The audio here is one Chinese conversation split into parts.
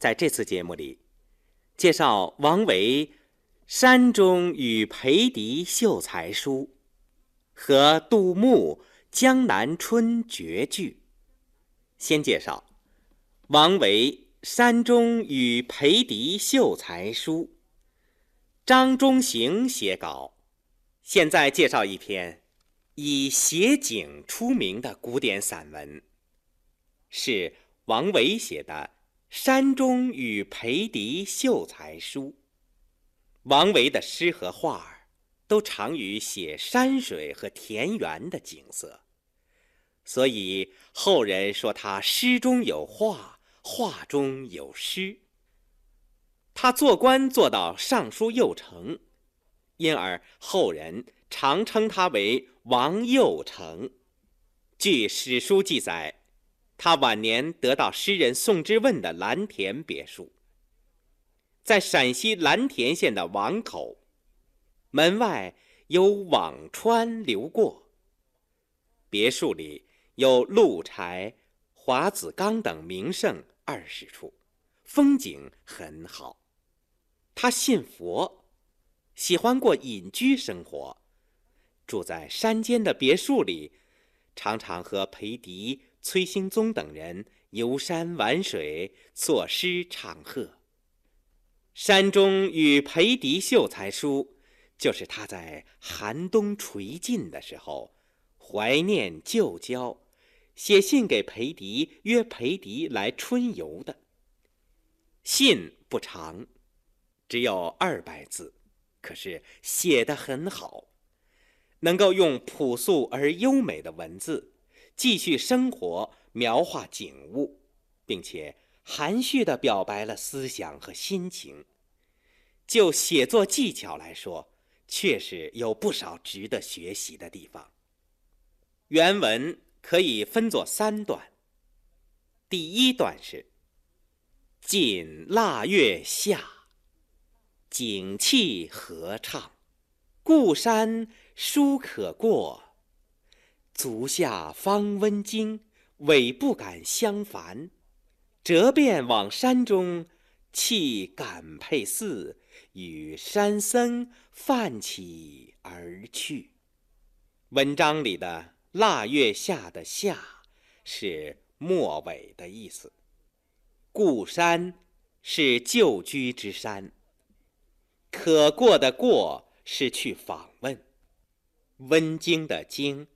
在这次节目里，介绍王维《山中与裴迪秀才书》和杜牧《江南春》绝句。先介绍王维《山中与裴迪秀才书》，张中行写稿。现在介绍一篇以写景出名的古典散文，是王维写的《山中与裴迪秀才书》。王维的诗和画都长于写山水和田园的景色，所以后人说他诗中有画，画中有诗。他做官做到尚书右丞，因而后人常称他为王右丞。据史书记载，他晚年得到诗人宋之问的蓝田别墅，在陕西蓝田县的王口，门外有辋川流过，别墅里有鹿柴、华子冈等名胜20处，风景很好。他信佛，喜欢过隐居生活，住在山间的别墅里，常常和裴迪、崔兴宗等人游山玩水，作诗唱和。山中与裴迪秀才书，就是他在寒冬垂尽的时候，怀念旧交，写信给裴迪，约裴迪来春游的。信不长，只有200字，可是写得很好，能够用朴素而优美的文字记叙生活，描画景物，并且含蓄地表白了思想和心情。就写作技巧来说，确实有不少值得学习的地方。原文可以分作3段。第1段是：近腊月下，景气和畅，故山书可过，足下方温经，委不敢相烦。折便往山中，弃感佩寺，与山僧泛起而去。文章里的腊月下的下是末尾的意思，故山是旧居之山，可过的过是去访问，温经的经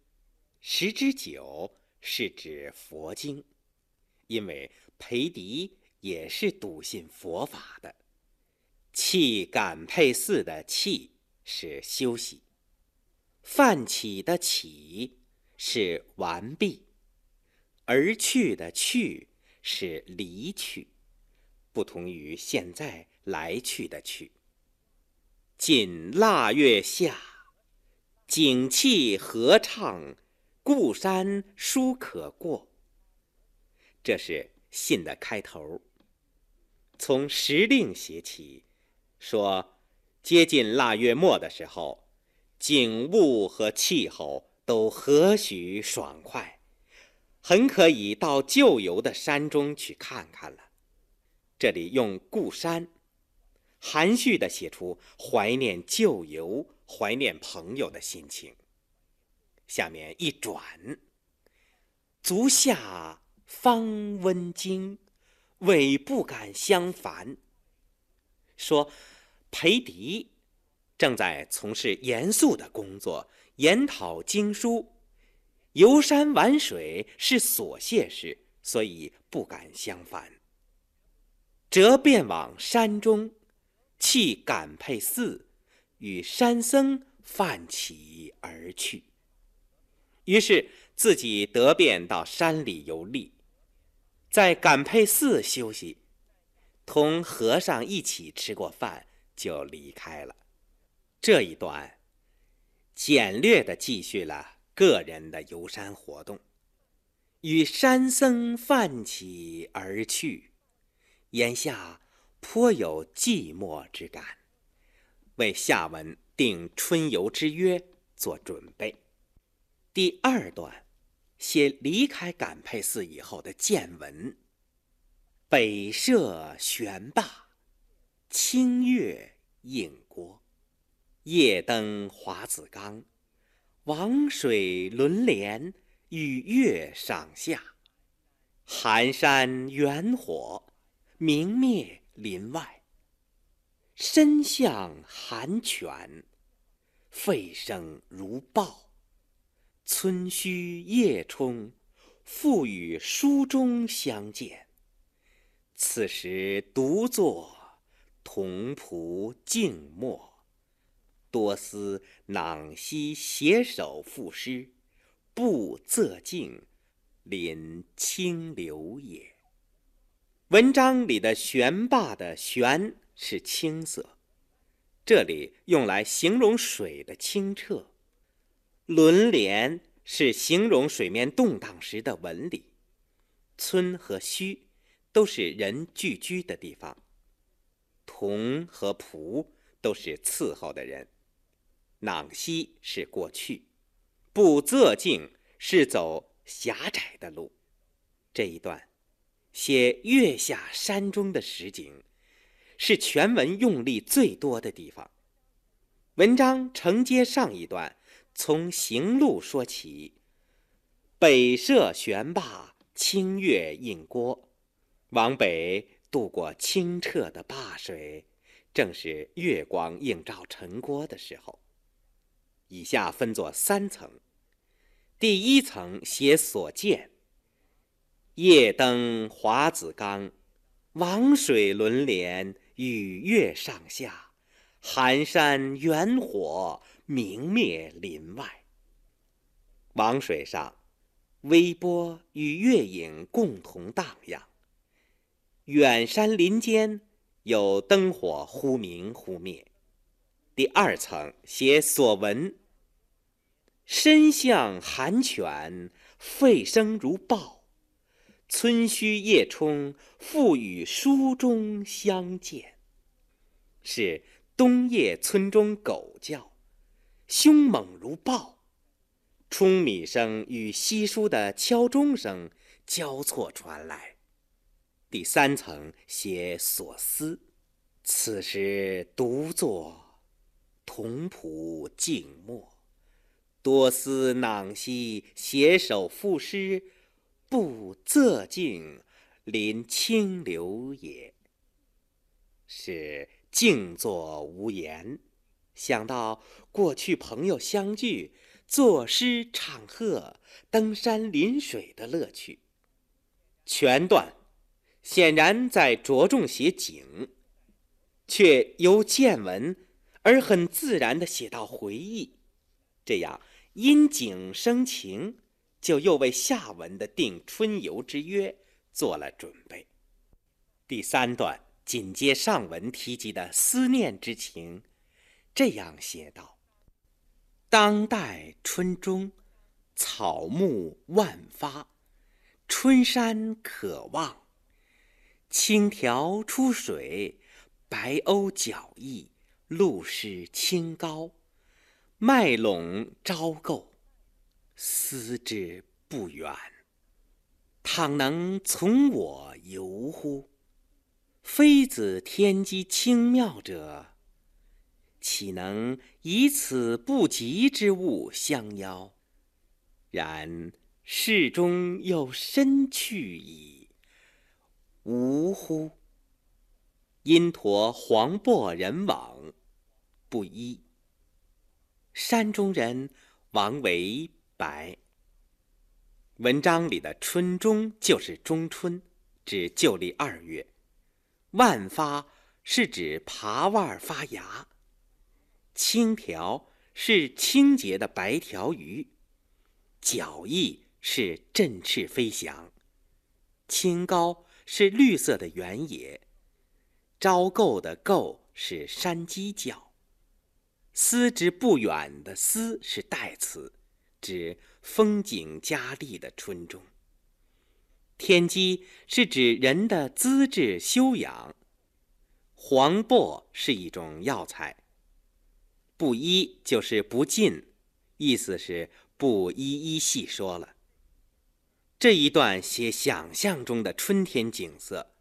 10之9是指佛经，因为裴迪也是笃信佛法的。弃感佩寺的弃是休息，泛起的起是完毕，而去的去是离去，不同于现在来去的去。近腊月下，景气和畅，故山书可过。这是信的开头。从时令写起，说接近腊月末的时候，景物和气候都和煦爽快，很可以到旧游的山中去看看了。这里用故山，含蓄地写出怀念旧游、怀念朋友的心情。下面一转：足下方温经，委不敢相烦。说裴迪正在从事严肃的工作，研讨经书，游山玩水是琐屑事，所以不敢相烦。折便往山中，弃感佩寺，与山僧泛起而去。于是自己得便到山里游历，在感佩寺休息，同和尚一起吃过饭就离开了。这一段简略地记叙了个人的游山活动，与山僧泛起而去，言下颇有寂寞之感，为下文定春游之约做准备。第2段写离开感佩寺以后的见闻。 北涉悬罢，清月映郭。夜登华子冈，王水轮帘，与月上下。寒山远火，明灭林外。身向寒泉，沸声如报。村墟夜冲，复与书中相见。此时独坐，同仆静默。多思囊兮携手赋诗，不仄径，临清流也。文章里的悬罢的悬是青色，这里用来形容水的清澈。轮帘是形容水面动荡时的纹理。村和墟都是人聚居的地方。童和仆都是伺候的人。囊溪是过去，不仄径是走狭窄的路。这一段写月下山中的实景，是全文用力最多的地方。文章承接上一段，从行路说起。北涉悬罢，清月映郭。往北渡过清澈的灞水，正是月光映照城郭的时候。以下分作3层。第1层写所见。夜登华子冈，王水轮帘，与月上下。寒山远火，明灭林外。王水上，微波与月影共同荡漾。远山林间有灯火忽明忽灭。第2层写所闻。身向寒泉，沸声如报。村墟夜冲，复与书中相见。是冬夜村中狗叫，凶猛如豹。舂米声与稀疏的敲钟声交错传来。第3层写所思。此时独坐，同仆静默。多思囊兮携手赋诗，不仄径，临清流也。是静坐无言，想到过去朋友相聚，作诗唱和，登山临水的乐趣。全段显然在着重写景，却由见闻而很自然地写到回忆，这样因景生情，就又为下文的定春游之约做了准备。第3段紧接上文提及的思念之情，这样写道：当代春中，草木万发，春山可望。青条出水，白鸥脚逸，露湿清高。麦陇朝构，思之不远。倘能从我游乎？非子天机清妙者，岂能以此不及之物相邀？然世中有深去矣，吾乎？因陀黄檗人往，不一。山中人王维白。文章里的春中就是中春，指旧历2月。万发是指爬腕发芽。青条是清洁的白条鱼。脚翼是振翅飞翔。青高是绿色的原野。朝构的构是山鸡叫。思之不远的思是代词，指风景佳丽的春中。天机是指人的资质修养。黄檗是一种药材。不一就是不尽，意思是不一一细说了。这一段写想象中的春天景色，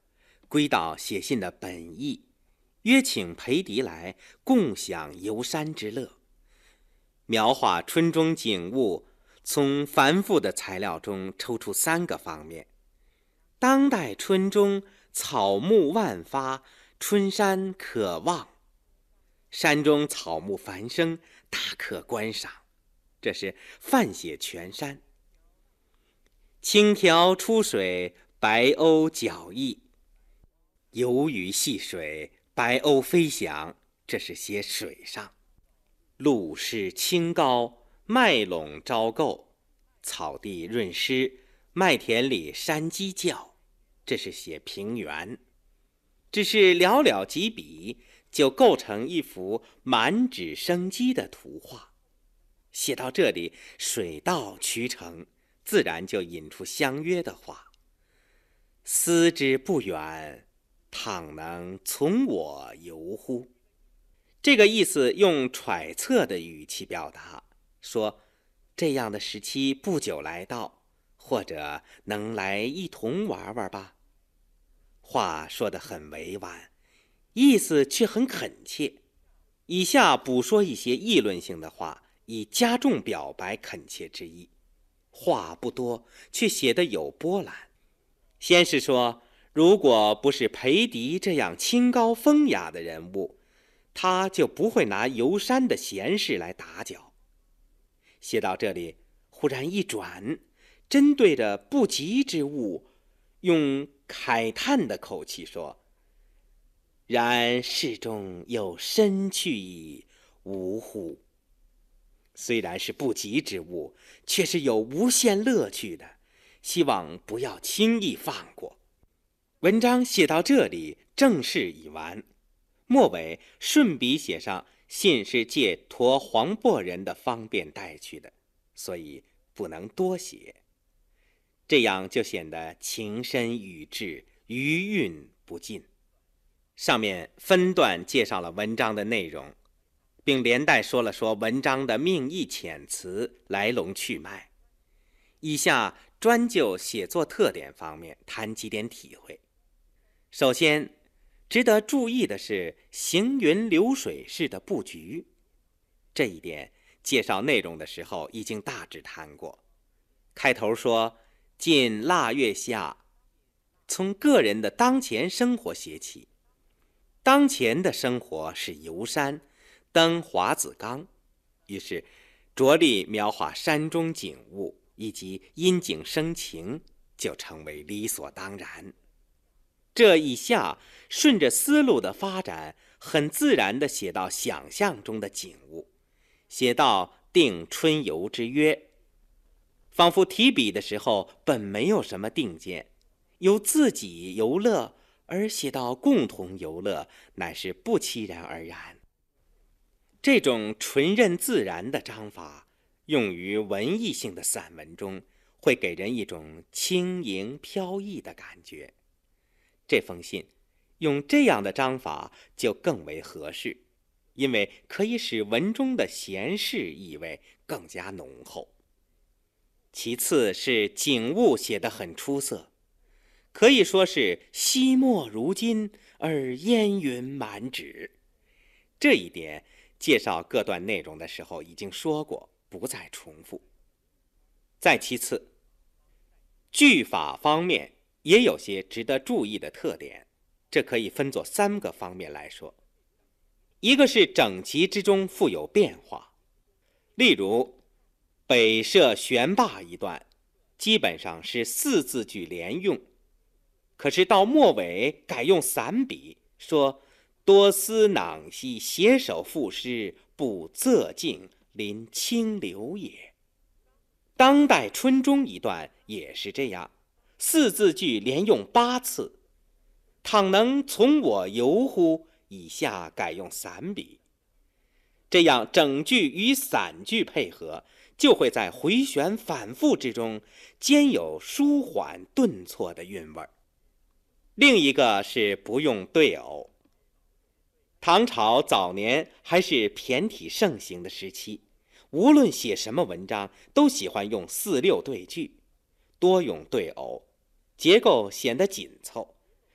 归到写信的本意，约请裴迪来共享游山之乐。描画春中景物，从繁复的材料中抽出3个方面：当代春中草木万发，春山可望。山中草木繁生，大可观赏。这是泛写全山。青条出水，白鸥脚翼。游鱼戏水，白鸥飞翔，这是写水上。路是清高，麦垄招构，草地润湿，麦田里山鸡叫，这是写平原。只是寥寥几笔，就构成一幅满纸生机的图画。写到这里，水到渠成，自然就引出相约的话：思之不远，倘能从我游乎？这个意思用揣测的语气表达，说这样的时期不久来到，或者能来一同玩玩吧。话说得很委婉，意思却很恳切。以下补说一些议论性的话，以加重表白恳切之意。话不多，却写得有波澜。先是说，如果不是裴迪这样清高风雅的人物，他就不会拿游山的闲事来打搅。写到这里，忽然一转，针对着不及之物，用慨叹的口气说：然世中有深去矣，呜呼！虽然是不及之物，却是有无限乐趣的，希望不要轻易放过。文章写到这里，正事已完，末尾顺笔写上信是借驮黄渤人的方便带去的，所以不能多写。这样就显得情深语致，余韵不尽。上面分段介绍了文章的内容，并连带说了说文章的命意遣词、来龙去脉。以下专就写作特点方面谈几点体会。首先，值得注意的是行云流水式的布局。这一点介绍内容的时候已经大致谈过。开头说近腊月下，从个人的当前生活写起。当前的生活是游山，登华子冈，于是着力描画山中景物以及因景生情，就成为理所当然。这一下顺着思路的发展，很自然地写到想象中的景物，写到定春游之约，仿佛提笔的时候本没有什么定见，由自己游乐而写到共同游乐，乃是不期然而然。这种纯任自然的章法，用于文艺性的散文中，会给人一种轻盈飘逸的感觉。这封信用这样的章法就更为合适，因为可以使文中的闲适意味更加浓厚。其次是景物写得很出色，可以说是惜墨如金而烟云满纸。这一点介绍各段内容的时候已经说过，不再重复。再其次，句法方面也有些值得注意的特点，这可以分作3个方面来说。一个是整齐之中富有变化，例如北涉悬坝一段，基本上是4字句连用，可是到末尾改用散笔，说多思囊兮携手赋诗，不仄径临清流也。当代春中一段也是这样，4字句连用8次，倘能从我游乎，以下改用散笔。这样整句与散句配合，就会在回旋反复之中兼有舒缓顿挫的韵味。另一个是不用对偶。唐朝早年还是骈体盛行的时期，无论写什么文章都喜欢用4、6对句，多用对偶，结构显得紧凑，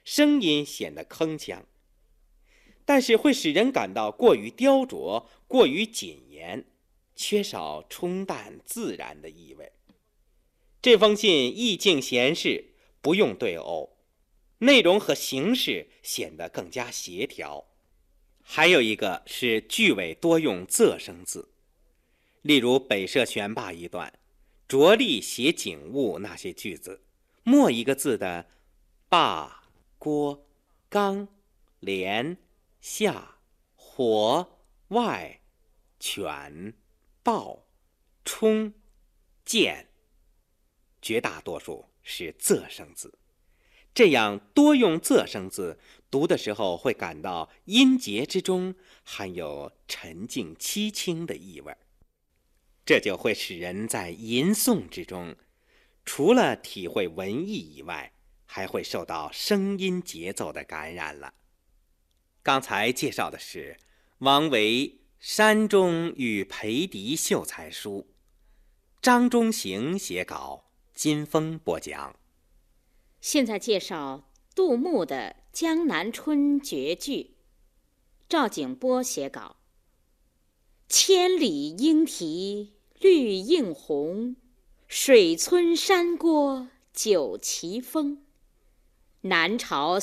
声音显得铿锵，但是会使人感到过于雕琢、过于谨严，缺少冲淡自然的意味。这封信意境闲适，不用对偶，内容和形式显得更加协调。还有一个是句尾多用仄声字，例如北社选罢一段，着力写景物那些句子，末一个字的罢、郭、刚、连、下、火、外、犬、报、冲、见，绝大多数是仄声字。这样多用仄声字，读的时候会感到音节之中含有沉静凄清的意味，这就会使人在吟诵之中，除了体会文意以外，还会受到声音节奏的感染了。刚才介绍的是王维《山中与裴迪秀才书》，张中行写稿，金峰播讲。 现在介绍杜牧的《江南春》绝句，赵景波写稿。千里莺啼绿映红，水村山郭酒旗风。南朝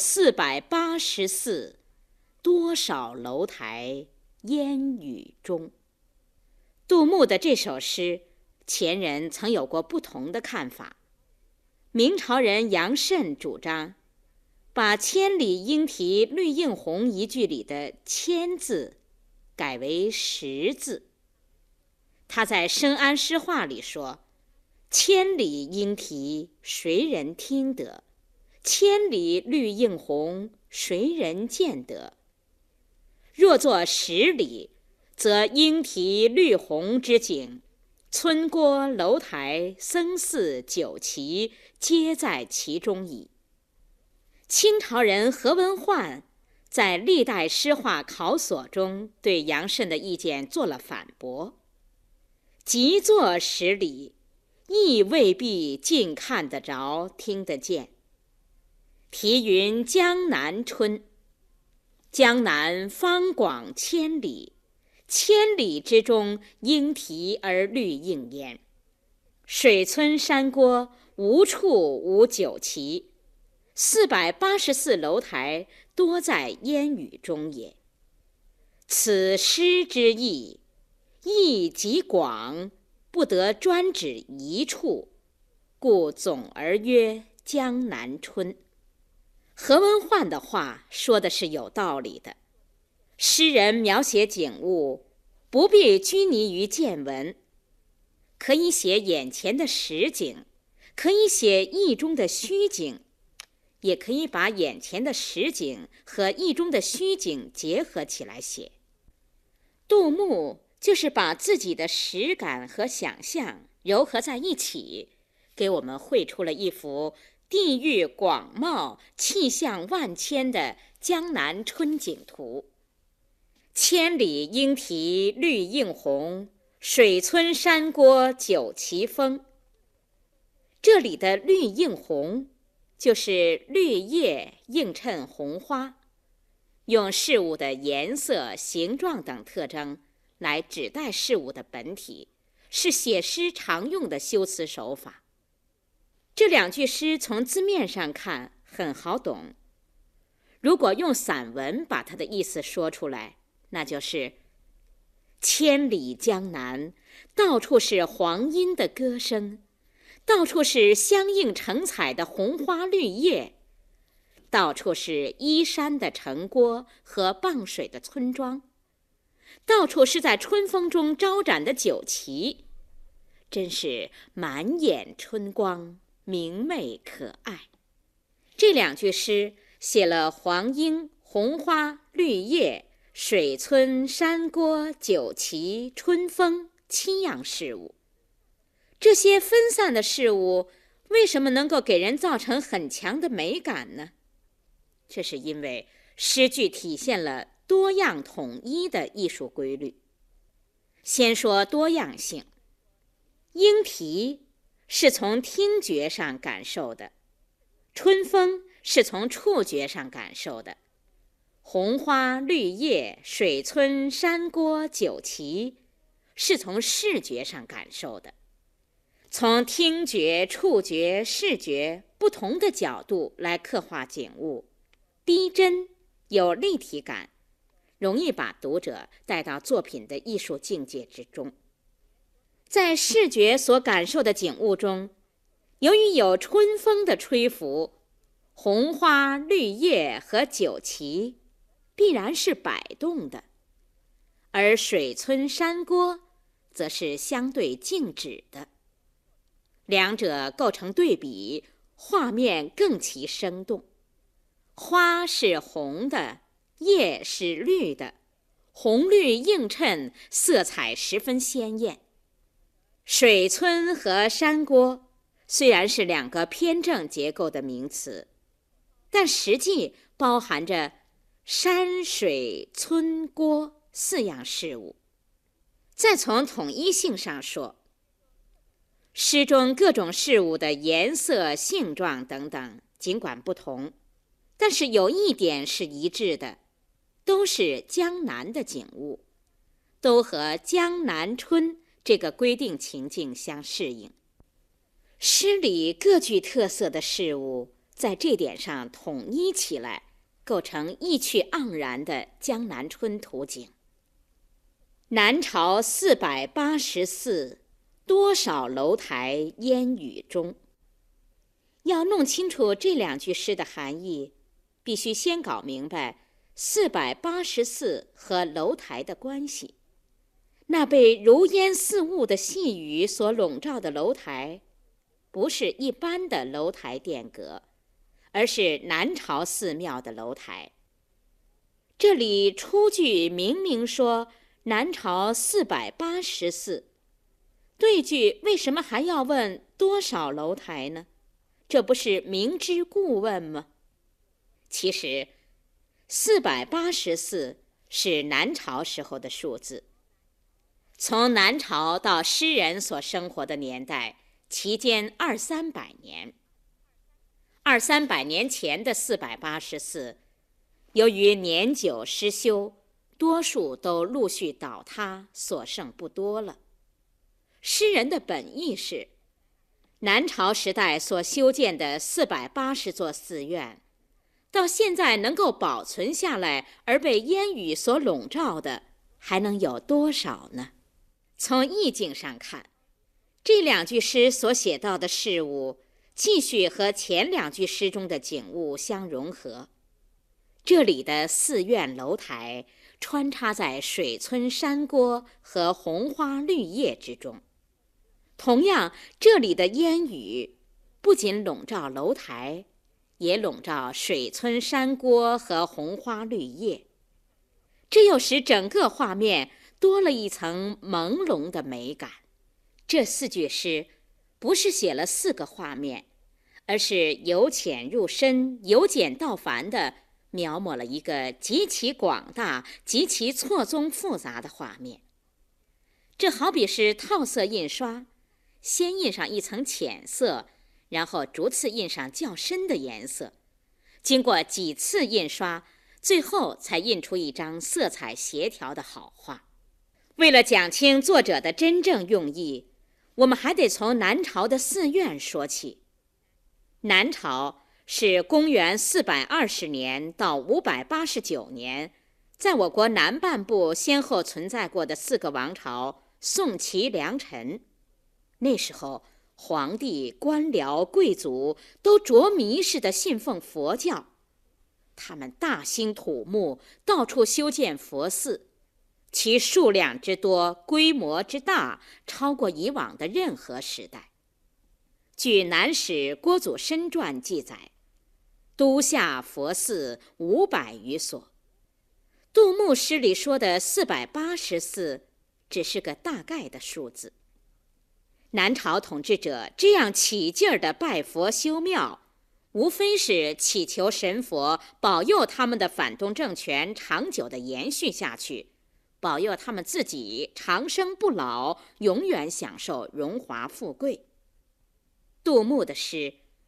484，多少楼台烟雨中。杜牧的这首诗，前人曾有过不同的看法。明朝人杨慎主张把千里莺啼绿映红一句里的千字改为10字。他在《深谙诗话》里说，千里莺啼谁人听得，千里绿映红谁人见得。若作10里，则莺啼绿红之景，村郭楼台僧寺酒旗皆在其中矣。清朝人何文焕在《历代诗话考索》中对杨慎的意见做了反驳，即作10里，亦未必尽看得着听得见。题云江南春，江南方广千里，千里之中莺啼而绿映焉。水村山郭无处无酒旗，484楼台多在烟雨中也。此诗之意，意极广，不得专指一处，故总而曰江南春。何文焕的话说的是有道理的。诗人描写景物，不必拘泥于见闻，可以写眼前的实景，可以写意中的虚景，也可以把眼前的实景和意中的虚景结合起来写。杜牧就是把自己的实感和想象糅合在一起，给我们绘出了一幅地域广袤、气象万千的江南春景图。千里莺啼绿映红，水村山郭酒旗风。这里的绿映红，就是绿叶映衬红花，用事物的颜色、形状等特征来指代事物的本体，是写诗常用的修辞手法。这两句诗从字面上看很好懂，如果用散文把它的意思说出来，那就是千里江南，到处是黄莺的歌声，到处是相映成彩的红花绿叶，到处是依山的城郭和傍水的村庄，到处是在春风中招展的酒旗，真是满眼春光，明媚可爱。这两句诗写了黄莺、红花、绿叶、水村、山郭、酒旗、春风7样事物。这些分散的事物为什么能够给人造成很强的美感呢？这是因为诗句体现了多样统一的艺术规律。先说多样性，莺啼是从听觉上感受的，春风是从触觉上感受的，红花绿叶、水村山郭酒旗是从视觉上感受的。从听觉、触觉、视觉不同的角度来刻画景物，逼真有立体感，容易把读者带到作品的艺术境界之中。在视觉所感受的景物中，由于有春风的吹拂，红花绿叶和酒旗必然是摆动的，而水村山郭则是相对静止的。两者构成对比，画面更其生动。花是红的，叶是绿的，红绿映衬，色彩十分鲜艳。水村和山郭虽然是两个偏正结构的名词，但实际包含着山水村郭四样事物。再从统一性上说，诗中各种事物的颜色、性状等等尽管不同，但是有一点是一致的，都是江南的景物，都和江南春这个规定情境相适应。诗里各具特色的事物在这点上统一起来，构成意趣盎然的江南春图景。南朝484，多少楼台烟雨中。要弄清楚这两句诗的含义，必须先搞明白484和楼台的关系。那被如烟似雾的细雨所笼罩的楼台，不是一般的楼台殿阁，而是南朝寺庙的楼台。这里出句明明说南朝484，对句为什么还要问多少楼台呢？这不是明知故问吗？其实484是南朝时候的数字。从南朝到诗人所生活的年代，期间200-300年。200-300年前的484，由于年久失修，多数都陆续倒塌，所剩不多了。诗人的本意是，南朝时代所修建的480座寺院，到现在能够保存下来而被烟雨所笼罩的，还能有多少呢？从意境上看，这两句诗所写到的事物，继续和前两句诗中的景物相融合。这里的寺院楼台穿插在水村山郭和红花绿叶之中。同样，这里的烟雨不仅笼罩楼台，也笼罩水村山郭和红花绿叶，这又使整个画面多了一层朦胧的美感。这4句诗不是写了4个画面，而是由浅入深、由简到繁地描摹了一个极其广大、极其错综复杂的画面。这好比是套色印刷，先印上一层浅色，然后逐次印上较深的颜色，经过几次印刷，最后才印出一张色彩协调的好画。为了讲清作者的真正用意，我们还得从南朝的寺院说起。南朝是公元420年到589年，在我国南半部先后存在过的4个王朝宋齐梁陈。那时候皇帝、官僚、贵族都着迷似的信奉佛教，他们大兴土木，到处修建佛寺，其数量之多，规模之大，超过以往的任何时代。据南史郭祖申传记载，都下佛寺500余所。杜牧诗里说的484只是个大概的数字。南朝统治者这样起劲儿地拜佛修庙，无非是祈求神佛保佑他们的反动政权长久地延续下去，保佑他们自己长生不老，永远享受荣华富贵。杜牧的诗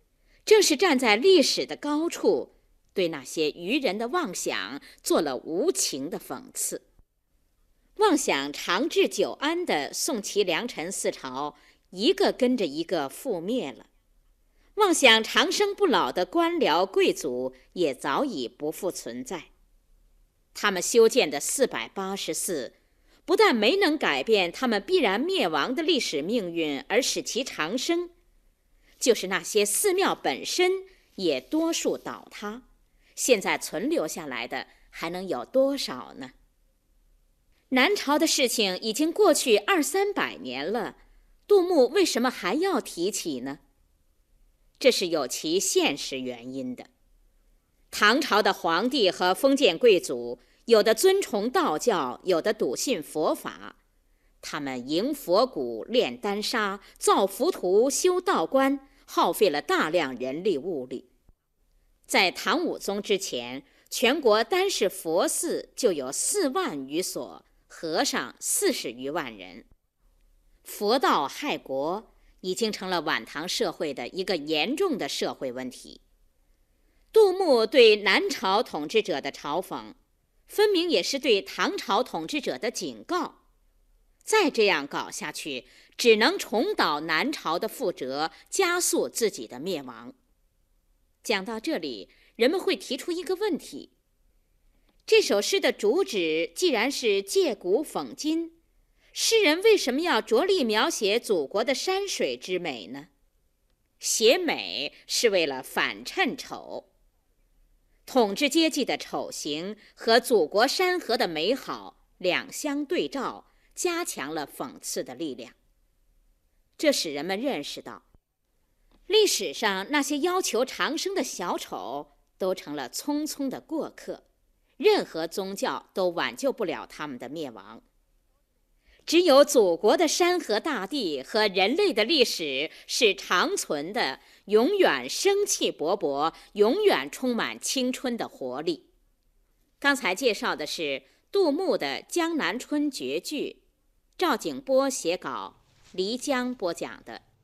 正是站在历史的高处，对那些愚人的妄想做了无情的讽刺。妄想长治久安的宋齐梁陈四朝，一个跟着一个覆灭了；妄想长生不老的官僚贵族也早已不复存在。他们修建的480寺，不但没能改变他们必然灭亡的历史命运，而使其长生，就是那些寺庙本身也多数倒塌，现在存留下来的还能有多少呢？南朝的事情已经过去200-300年了，杜牧为什么还要提起呢？这是有其现实原因的。唐朝的皇帝和封建贵族，有的尊崇道教，有的笃信佛法，他们迎佛骨、炼丹砂、造浮屠、修道观，耗费了大量人力物力。在唐武宗之前，全国单是佛寺就有4万余所，和尚40余万人。佛道害国已经成了晚唐社会的一个严重的社会问题。杜牧对南朝统治者的嘲讽，分明也是对唐朝统治者的警告。再这样搞下去，只能重蹈南朝的覆辙，加速自己的灭亡。讲到这里，人们会提出一个问题：这首诗的主旨既然是借古讽今，诗人为什么要着力描写祖国的山水之美呢？写美是为了反衬丑，统治阶级的丑行和祖国山河的美好两相对照，加强了讽刺的力量。这使人们认识到，历史上那些要求长生的小丑都成了匆匆的过客，任何宗教都挽救不了他们的灭亡。只有祖国的山河大地和人类的历史是长存的，永远生气勃勃，永远充满青春的活力。刚才介绍的是杜牧的《江南春》绝句，赵景波写稿，黎江播讲的。